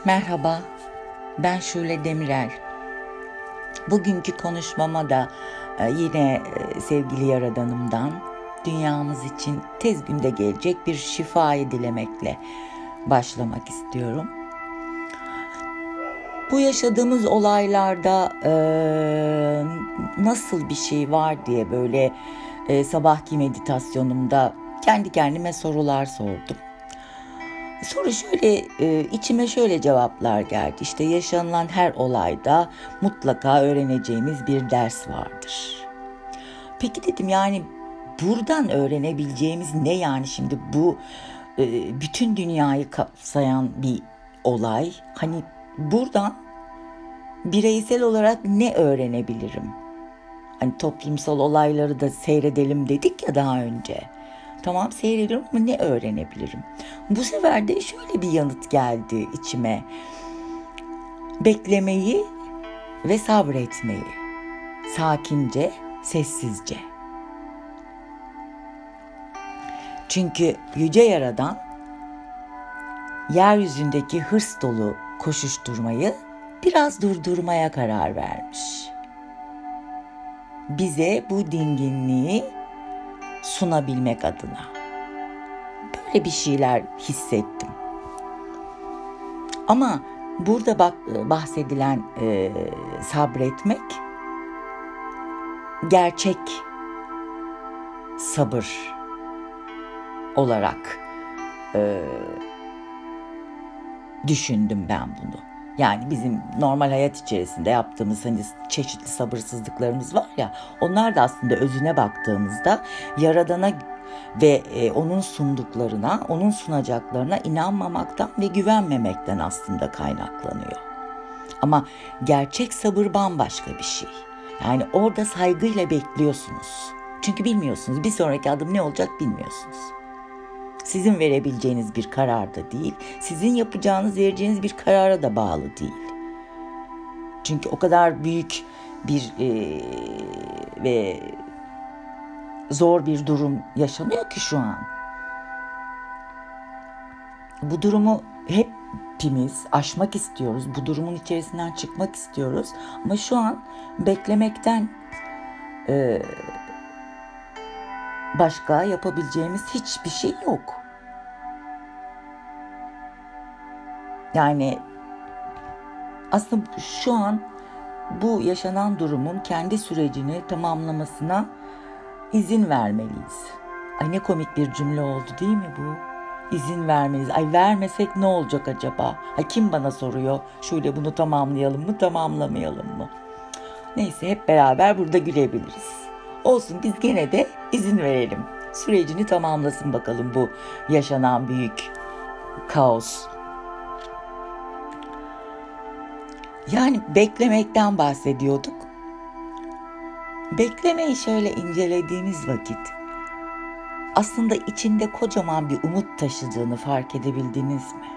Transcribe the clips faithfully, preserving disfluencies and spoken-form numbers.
Merhaba, ben Şule Demirel. Bugünkü konuşmama da e, yine e, sevgili Yaradanımdan dünyamız için tez günde gelecek bir şifayı dilemekle başlamak istiyorum. Bu yaşadığımız olaylarda e, nasıl bir şey var diye böyle e, sabahki meditasyonumda kendi kendime sorular sordum. Sonra şöyle e, içime şöyle cevaplar geldi. İşte yaşanılan her olayda mutlaka öğreneceğimiz bir ders vardır. Peki dedim, yani buradan öğrenebileceğimiz ne, yani şimdi bu e, bütün dünyayı kapsayan bir olay. Hani buradan bireysel olarak ne öğrenebilirim? Hani toplumsal olayları da seyredelim dedik ya daha önce. Tamam, seyrediyorum ama ne öğrenebilirim? Bu sefer de şöyle bir yanıt geldi içime. Beklemeyi ve sabretmeyi. Sakince, sessizce. Çünkü Yüce Yaradan yeryüzündeki hırs dolu koşuşturmayı biraz durdurmaya karar vermiş. Bize bu dinginliği sunabilmek adına. Böyle bir şeyler hissettim. Ama burada bak, bahsedilen e, sabretmek gerçek sabır olarak e, düşündüm ben bunu. Yani bizim normal hayat içerisinde yaptığımız hani çeşitli sabırsızlıklarımız var ya, onlar da aslında özüne baktığımızda Yaradan'a ve e, onun sunduklarına, onun sunacaklarına inanmamaktan ve güvenmemekten aslında kaynaklanıyor. Ama gerçek sabır bambaşka bir şey. Yani orada saygıyla bekliyorsunuz. Çünkü bilmiyorsunuz, bir sonraki adım ne olacak bilmiyorsunuz. Sizin verebileceğiniz bir karar da değil, sizin yapacağınız, vereceğiniz bir karara da bağlı değil. Çünkü o kadar büyük bir e, ve zor bir durum yaşanıyor ki şu an. Bu durumu hepimiz aşmak istiyoruz. Bu durumun içerisinden çıkmak istiyoruz. Ama şu an beklemekten e, başka yapabileceğimiz hiçbir şey yok. Yani aslında şu an bu yaşanan durumun kendi sürecini tamamlamasına izin vermeliyiz. Ay ne komik bir cümle oldu değil mi bu? İzin vermeliyiz. Ay vermesek ne olacak acaba? Ay kim bana soruyor? Şöyle bunu tamamlayalım mı, tamamlamayalım mı? Neyse, hep beraber burada gülebiliriz. Olsun, biz gene de izin verelim. Sürecini tamamlasın bakalım bu yaşanan büyük kaos. Yani beklemekten bahsediyorduk. Beklemeyi şöyle incelediğimiz vakit aslında içinde kocaman bir umut taşıdığını fark edebildiniz mi?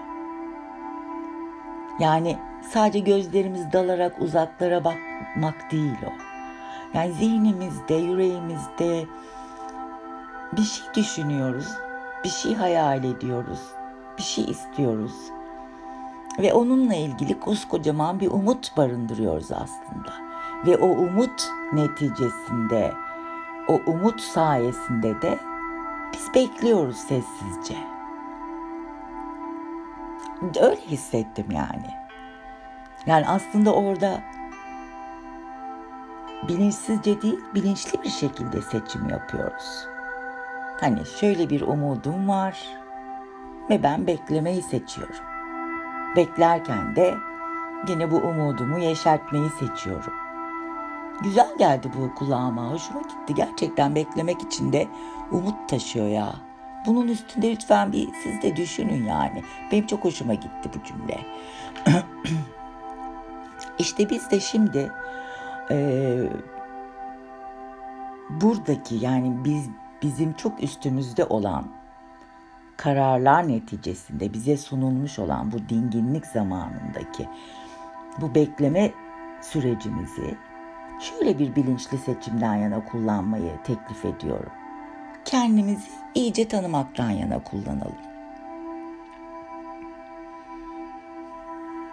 Yani sadece gözlerimiz dalarak uzaklara bakmak değil o. Yani zihnimizde, yüreğimizde bir şey düşünüyoruz, bir şey hayal ediyoruz, bir şey istiyoruz. Ve onunla ilgili koskocaman bir umut barındırıyoruz aslında. Ve o umut neticesinde, o umut sayesinde de biz bekliyoruz sessizce. Öyle hissettim yani. Yani aslında orada bilinçsizce değil, bilinçli bir şekilde seçim yapıyoruz. Hani şöyle bir umudum var ve ben beklemeyi seçiyorum. Beklerken de yine bu umudumu yeşertmeyi seçiyorum. Güzel geldi bu kulağıma, hoşuma gitti. Gerçekten beklemek için de umut taşıyor ya. Bunun üstünde lütfen bir siz de düşünün yani. Benim çok hoşuma gitti bu cümle. İşte biz de şimdi e, buradaki, yani biz bizim çok üstümüzde olan kararlar neticesinde bize sunulmuş olan bu dinginlik zamanındaki bu bekleme sürecimizi şöyle bir bilinçli seçimden yana kullanmayı teklif ediyorum. Kendimizi iyice tanımaktan yana kullanalım.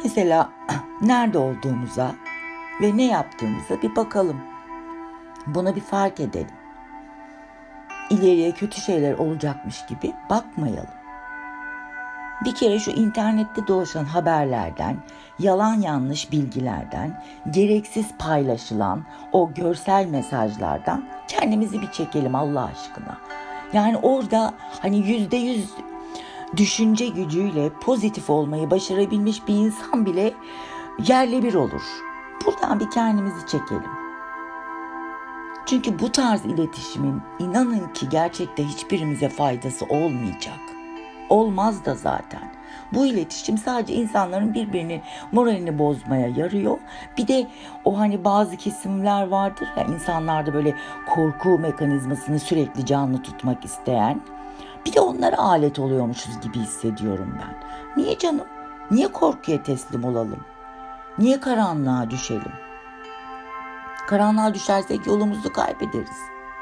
Mesela nerede olduğumuza ve ne yaptığımıza bir bakalım. Buna bir fark edelim. İleriye kötü şeyler olacakmış gibi bakmayalım. Bir kere şu internette dolaşan haberlerden, yalan yanlış bilgilerden, gereksiz paylaşılan o görsel mesajlardan kendimizi bir çekelim Allah aşkına. Yani orada hani yüzde yüz düşünce gücüyle pozitif olmayı başarabilmiş bir insan bile yerle bir olur. Buradan bir kendimizi çekelim. Çünkü bu tarz iletişimin inanın ki gerçekte hiçbirimize faydası olmayacak. Olmaz da zaten. Bu iletişim sadece insanların birbirini moralini bozmaya yarıyor. Bir de o hani bazı kesimler vardır ya, insanlarda böyle korku mekanizmasını sürekli canlı tutmak isteyen. Bir de onlara alet oluyormuşuz gibi hissediyorum ben. Niye canım? Niye korkuya teslim olalım? Niye karanlığa düşelim? Karanlığa düşersek yolumuzu kaybederiz.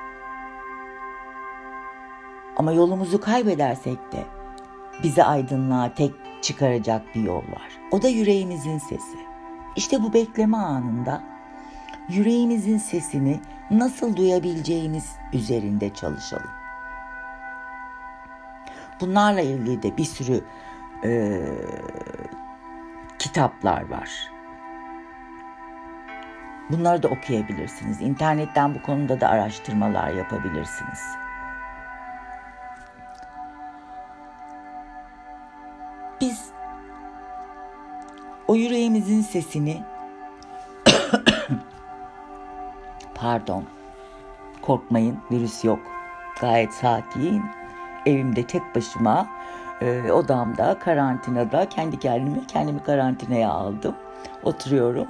Ama yolumuzu kaybedersek de bizi aydınlığa tek çıkaracak bir yol var. O da yüreğimizin sesi. İşte bu bekleme anında yüreğimizin sesini nasıl duyabileceğimiz üzerinde çalışalım. Bunlarla ilgili de bir sürü e, kitaplar var. Bunları da okuyabilirsiniz. İnternetten bu konuda da araştırmalar yapabilirsiniz. Biz o yüreğimizin sesini pardon korkmayın, virüs yok. Gayet sakin. Evimde tek başıma e, odamda karantinada kendi kendime kendimi karantinaya aldım. Oturuyorum.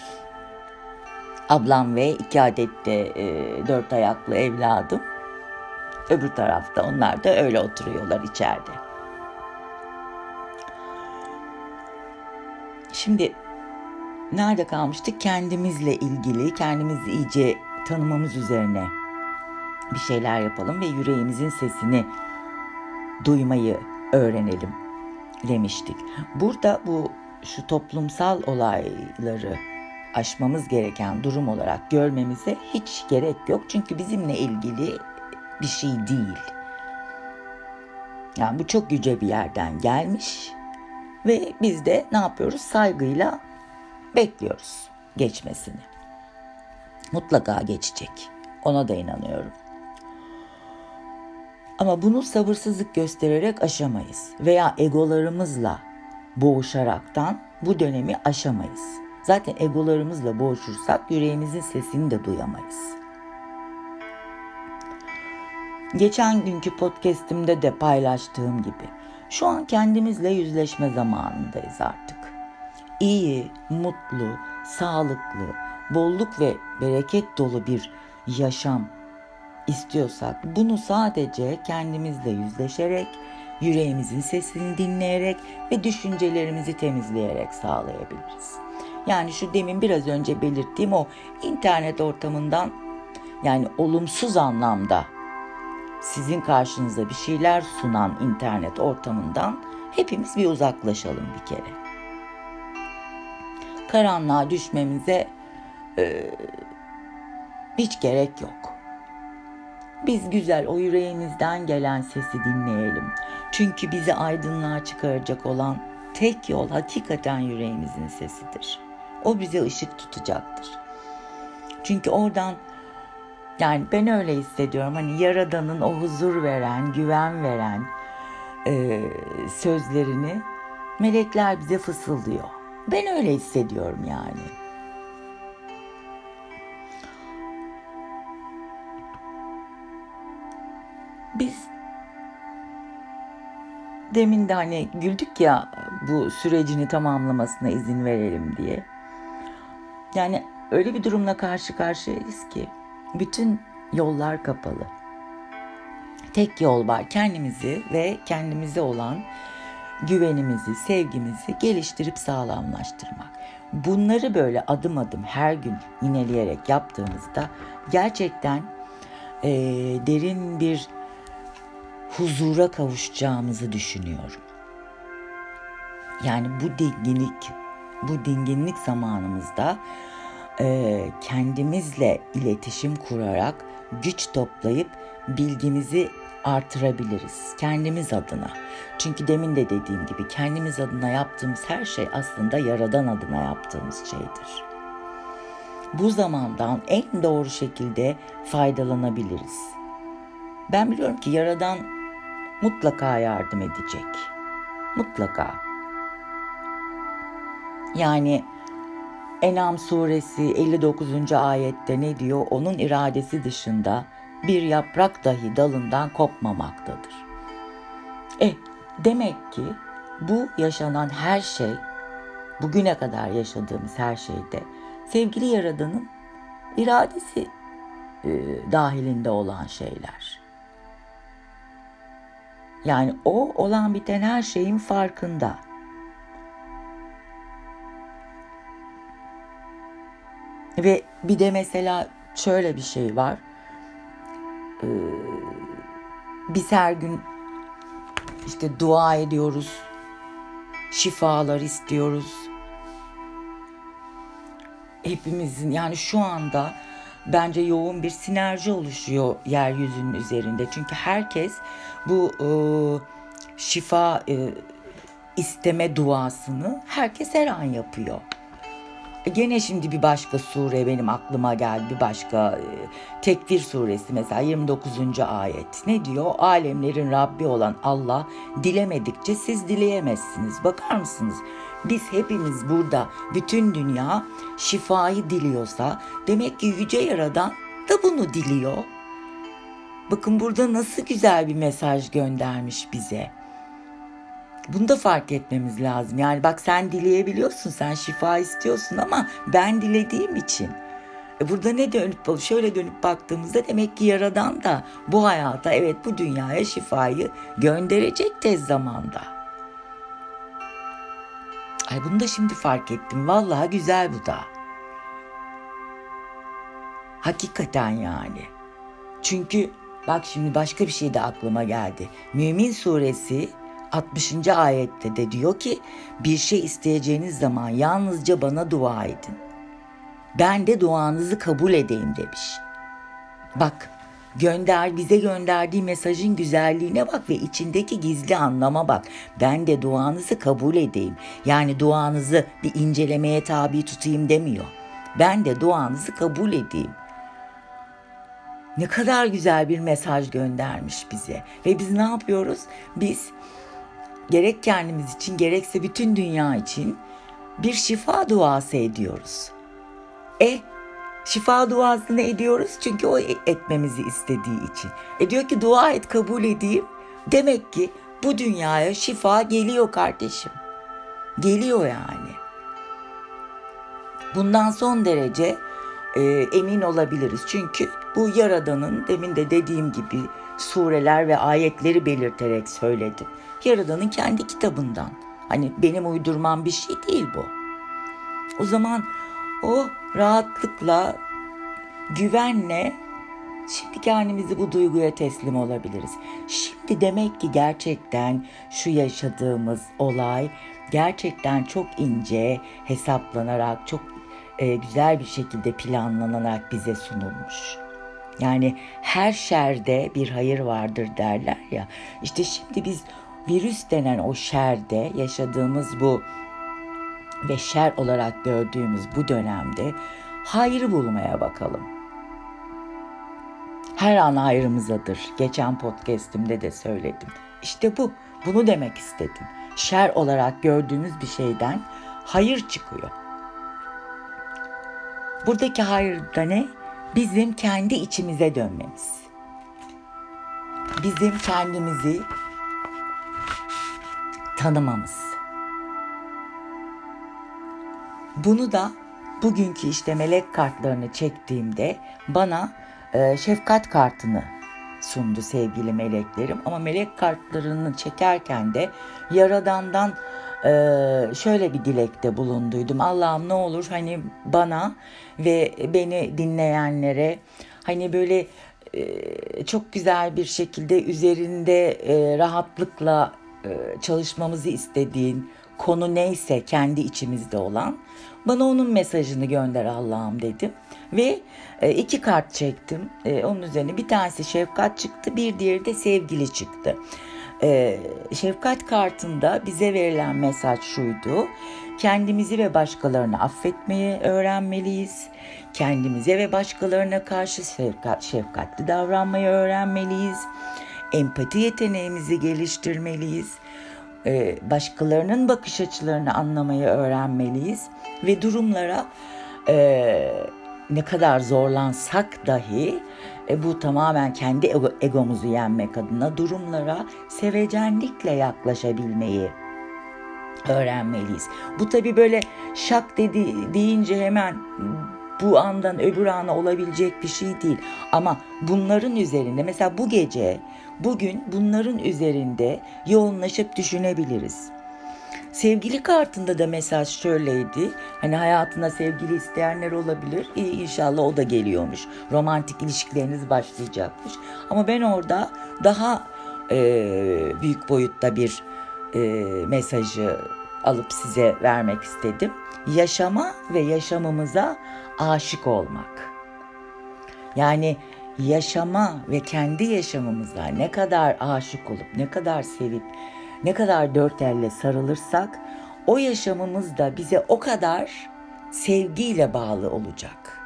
Ablam ve iki adet de e, dört ayaklı evladım. Öbür tarafta onlar da öyle oturuyorlar içeride. Şimdi nerede kalmıştık? Kendimizle ilgili, kendimizi iyice tanımamız üzerine bir şeyler yapalım ve yüreğimizin sesini duymayı öğrenelim demiştik. Burada bu şu toplumsal olayları aşmamız gereken durum olarak görmemize hiç gerek yok. Çünkü bizimle ilgili bir şey değil. Yani bu çok yüce bir yerden gelmiş ve biz de ne yapıyoruz? Saygıyla bekliyoruz geçmesini. Mutlaka geçecek. Ona da inanıyorum. Ama bunu sabırsızlık göstererek aşamayız veya egolarımızla boğuşaraktan bu dönemi aşamayız. Zaten egolarımızla boğuşursak yüreğimizin sesini de duyamayız. Geçen günkü podcast'imde de paylaştığım gibi şu an kendimizle yüzleşme zamanındayız artık. İyi, mutlu, sağlıklı, bolluk ve bereket dolu bir yaşam istiyorsak bunu sadece kendimizle yüzleşerek, yüreğimizin sesini dinleyerek ve düşüncelerimizi temizleyerek sağlayabiliriz. Yani şu demin biraz önce belirttiğim o internet ortamından, yani olumsuz anlamda sizin karşınıza bir şeyler sunan internet ortamından hepimiz bir uzaklaşalım bir kere. Karanlığa düşmemize e, hiç gerek yok. Biz güzel o yüreğimizden gelen sesi dinleyelim. Çünkü bizi aydınlığa çıkaracak olan tek yol hakikaten yüreğimizin sesidir. O bize ışık tutacaktır. Çünkü oradan, yani ben öyle hissediyorum, hani Yaradan'ın o huzur veren, güven veren e, sözlerini melekler bize fısıldıyor. Ben öyle hissediyorum yani. Biz demin de hani güldük ya, bu sürecini tamamlamasına izin verelim diye. Yani öyle bir durumla karşı karşıyayız ki bütün yollar kapalı. Tek yol var: kendimizi ve kendimize olan güvenimizi, sevgimizi geliştirip sağlamlaştırmak. Bunları böyle adım adım her gün yineleyerek yaptığımızda gerçekten e, derin bir huzura kavuşacağımızı düşünüyorum. Yani bu dinginlik bu dinginlik zamanımızda e, kendimizle iletişim kurarak güç toplayıp bilgimizi artırabiliriz kendimiz adına. Çünkü demin de dediğim gibi kendimiz adına yaptığımız her şey aslında Yaradan adına yaptığımız şeydir. Bu zamandan en doğru şekilde faydalanabiliriz. Ben biliyorum ki Yaradan mutlaka yardım edecek. Mutlaka. Yani En'am suresi elli dokuzuncu ayette ne diyor? Onun iradesi dışında bir yaprak dahi dalından kopmamaktadır. E demek ki bu yaşanan her şey, bugüne kadar yaşadığımız her şeyde sevgili Yaradan'ın iradesi e, dahilinde olan şeyler. Yani o olan biten her şeyin farkında. Ve bir de mesela şöyle bir şey var. Ee, biz her gün işte dua ediyoruz. Şifalar istiyoruz. Hepimizin yani şu anda bence yoğun bir sinerji oluşuyor yeryüzünün üzerinde. Çünkü herkes bu e, şifa e, isteme duasını herkes her an yapıyor. Gene şimdi bir başka sure benim aklıma geldi. Bir başka e, Tekvir suresi mesela yirmi dokuzuncu ayet. Ne diyor? Alemlerin Rabbi olan Allah dilemedikçe siz dileyemezsiniz. Bakar mısınız? Biz hepimiz burada bütün dünya şifayı diliyorsa demek ki Yüce Yaradan da bunu diliyor. Bakın burada nasıl güzel bir mesaj göndermiş bize. Bunu da fark etmemiz lazım. Yani bak sen dileyebiliyorsun, sen şifa istiyorsun ama ben dilediğim için. E burada ne dönüp şöyle dönüp baktığımızda demek ki Yaradan da bu hayata, evet bu dünyaya şifayı gönderecek tez zamanda. Ay bunu da şimdi fark ettim. Vallahi güzel bu da. Hakikaten yani. Çünkü bak şimdi başka bir şey de aklıma geldi. Mümin suresi altmışıncı ayette de diyor ki bir şey isteyeceğiniz zaman yalnızca bana dua edin. Ben de duanızı kabul edeyim demiş. Bak gönder bize gönderdiği mesajın güzelliğine bak ve içindeki gizli anlama bak. Ben de duanızı kabul edeyim. Yani duanızı bir incelemeye tabi tutayım demiyor. Ben de duanızı kabul edeyim. Ne kadar güzel bir mesaj göndermiş bize. Ve biz ne yapıyoruz? Biz gerek kendimiz için gerekse bütün dünya için bir şifa duası ediyoruz. E şifa duasını ediyoruz çünkü o etmemizi istediği için. E diyor ki dua et kabul edeyim. Demek ki bu dünyaya şifa geliyor kardeşim. Geliyor yani. Bundan son derece e, emin olabiliriz. Çünkü bu Yaradan'ın demin de dediğim gibi sureler ve ayetleri belirterek söyledim. Yaradan'ın kendi kitabından. Hani benim uydurmam bir şey değil bu. O zaman o rahatlıkla, güvenle şimdi kendimizi bu duyguya teslim olabiliriz. Şimdi demek ki gerçekten şu yaşadığımız olay gerçekten çok ince hesaplanarak, çok e, güzel bir şekilde planlanarak bize sunulmuş. Yani her şerde bir hayır vardır derler ya. İşte şimdi biz virüs denen o şerde yaşadığımız bu ve şer olarak gördüğümüz bu dönemde hayrı bulmaya bakalım. Her an hayrımızadır. Geçen podcast'imde de söyledim. İşte bu. Bunu demek istedim. Şer olarak gördüğümüz bir şeyden hayır çıkıyor. Buradaki hayır da ne? Bizim kendi içimize dönmemiz. Bizim kendimizi tanımamız. Bunu da bugünkü işte melek kartlarını çektiğimde bana e, şefkat kartını sundu sevgili meleklerim. Ama melek kartlarını çekerken de Yaradan'dan e, şöyle bir dilekte bulunduydum. Allah'ım ne olur hani bana ve beni dinleyenlere hani böyle e, çok güzel bir şekilde üzerinde e, rahatlıkla e, çalışmamızı istediğin konu neyse kendi içimizde olan, bana onun mesajını gönder Allah'ım dedim. Ve e, iki kart çektim. E, onun üzerine bir tanesi şefkat çıktı, bir diğeri de sevgili çıktı. E, şefkat kartında bize verilen mesaj şuydu: kendimizi ve başkalarını affetmeyi öğrenmeliyiz. Kendimize ve başkalarına karşı şefkat, şefkatli davranmayı öğrenmeliyiz. Empati yeteneğimizi geliştirmeliyiz. Ee, başkalarının bakış açılarını anlamayı öğrenmeliyiz. Ve durumlara e, ne kadar zorlansak dahi, e, bu tamamen kendi ego, egomuzu yenmek adına, durumlara sevecenlikle yaklaşabilmeyi öğrenmeliyiz. Bu tabii böyle şak dedi, deyince hemen bu andan öbür ana olabilecek bir şey değil. Ama bunların üzerinde, mesela bu gece, bugün bunların üzerinde yoğunlaşıp düşünebiliriz. Sevgili kartında da mesaj şöyleydi: hani hayatına sevgili isteyenler olabilir. İyi, inşallah o da geliyormuş. Romantik ilişkileriniz başlayacakmış. Ama ben orada daha e, büyük boyutta bir e, mesajı alıp size vermek istedim. Yaşama ve yaşamımıza aşık olmak. Yani yaşama ve kendi yaşamımıza ne kadar aşık olup, ne kadar sevip, ne kadar dört elle sarılırsak, o yaşamımız da bize o kadar sevgiyle bağlı olacak.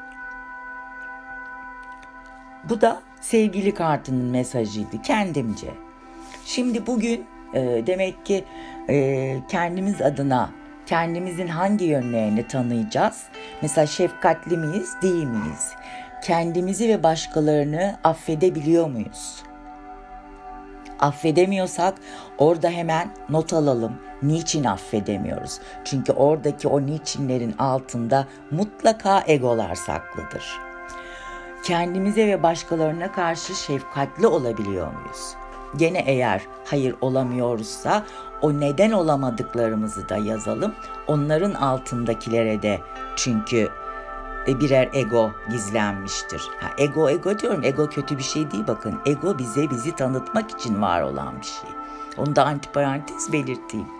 Bu da sevgili kartının mesajıydı kendimce. Şimdi bugün e, demek ki e, kendimiz adına kendimizin hangi yönlerini tanıyacağız? Mesela şefkatli miyiz, değil miyiz? Kendimizi ve başkalarını affedebiliyor muyuz? Affedemiyorsak orada hemen not alalım. Niçin affedemiyoruz? Çünkü oradaki o niçinlerin altında mutlaka egolar saklıdır. Kendimize ve başkalarına karşı şefkatli olabiliyor muyuz? Gene eğer hayır olamıyoruzsa o neden olamadıklarımızı da yazalım. Onların altındakilere de, çünkü birer ego gizlenmiştir. Ha, ego ego diyorum. Ego kötü bir şey değil, bakın. Ego bize bizi tanıtmak için var olan bir şey. Onu da antiparantez belirteyim.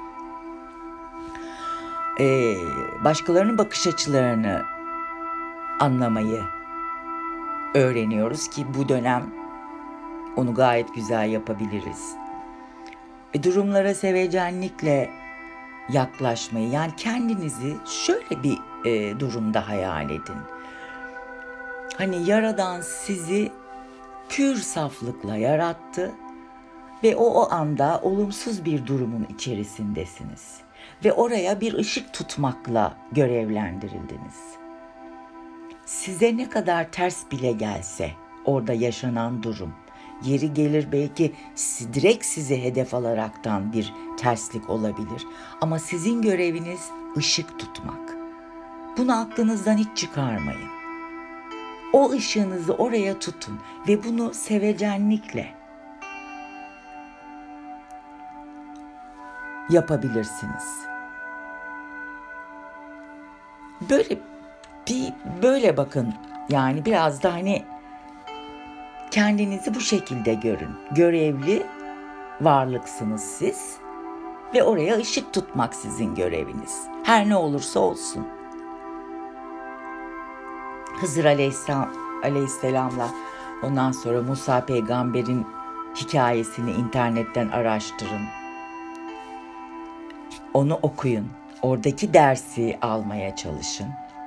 Ee, başkalarının bakış açılarını anlamayı öğreniyoruz ki bu dönem onu gayet güzel yapabiliriz. E, durumlara sevecenlikle yaklaşmayı, yani kendinizi şöyle bir e, durumda hayal edin. Hani Yaradan sizi pür saflıkla yarattı ve o o anda olumsuz bir durumun içerisindesiniz ve oraya bir ışık tutmakla görevlendirildiniz. Size ne kadar ters bile gelse orada yaşanan durum, yeri gelir belki direkt sizi hedef alaraktan bir terslik olabilir. Ama sizin göreviniz ışık tutmak. Bunu aklınızdan hiç çıkarmayın. O ışığınızı oraya tutun ve bunu sevecenlikle yapabilirsiniz. Böyle bir böyle bakın, yani biraz da hani kendinizi bu şekilde görün. Görevli varlıksınız siz ve oraya ışık tutmak sizin göreviniz. Her ne olursa olsun. Hızır Aleyhisselam, Aleyhisselam'la ondan sonra Musa peygamberin hikayesini internetten araştırın. Onu okuyun. Oradaki dersi almaya çalışın.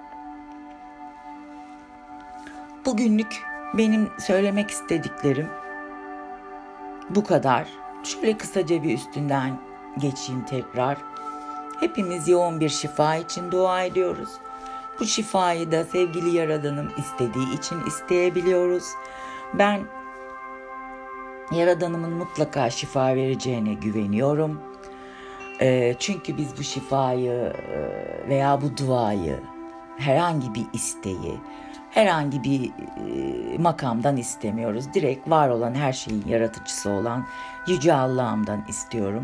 Bugünlük benim söylemek istediklerim bu kadar. Şöyle kısaca bir üstünden geçeyim tekrar. Hepimiz yoğun bir şifa için dua ediyoruz. Bu şifayı da sevgili Yaradanım istediği için isteyebiliyoruz. Ben Yaradanımın mutlaka şifa vereceğine güveniyorum. E, çünkü biz bu şifayı veya bu duayı, herhangi bir isteği, herhangi bir e, makamdan istemiyoruz. Direkt var olan her şeyin yaratıcısı olan Yüce Allah'ımdan istiyorum.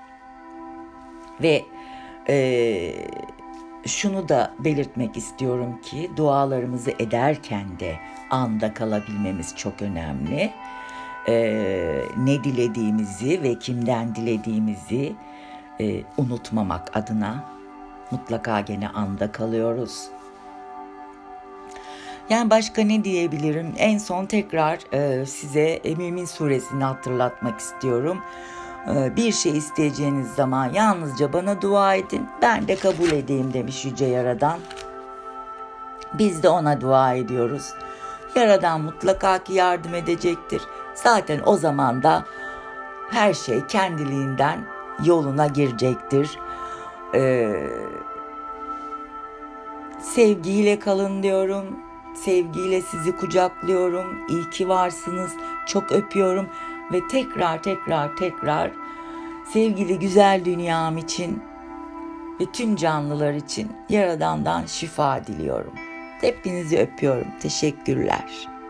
Ve e, şunu da belirtmek istiyorum ki dualarımızı ederken de anda kalabilmemiz çok önemli. E, ne dilediğimizi ve kimden dilediğimizi e, unutmamak adına mutlaka gene anda kalıyoruz. Yani başka ne diyebilirim? En son tekrar e, size Mümin Suresini hatırlatmak istiyorum. E, bir şey isteyeceğiniz zaman yalnızca bana dua edin, ben de kabul edeyim demiş Yüce Yaradan. Biz de ona dua ediyoruz. Yaradan mutlaka ki yardım edecektir. Zaten o zaman da her şey kendiliğinden yoluna girecektir. Ee, sevgiyle kalın diyorum. Sevgiyle sizi kucaklıyorum. İyi ki varsınız. Çok öpüyorum ve tekrar tekrar tekrar sevgili güzel dünyam için ve tüm canlılar için Yaradan'dan şifa diliyorum. Hepinizi öpüyorum. Teşekkürler.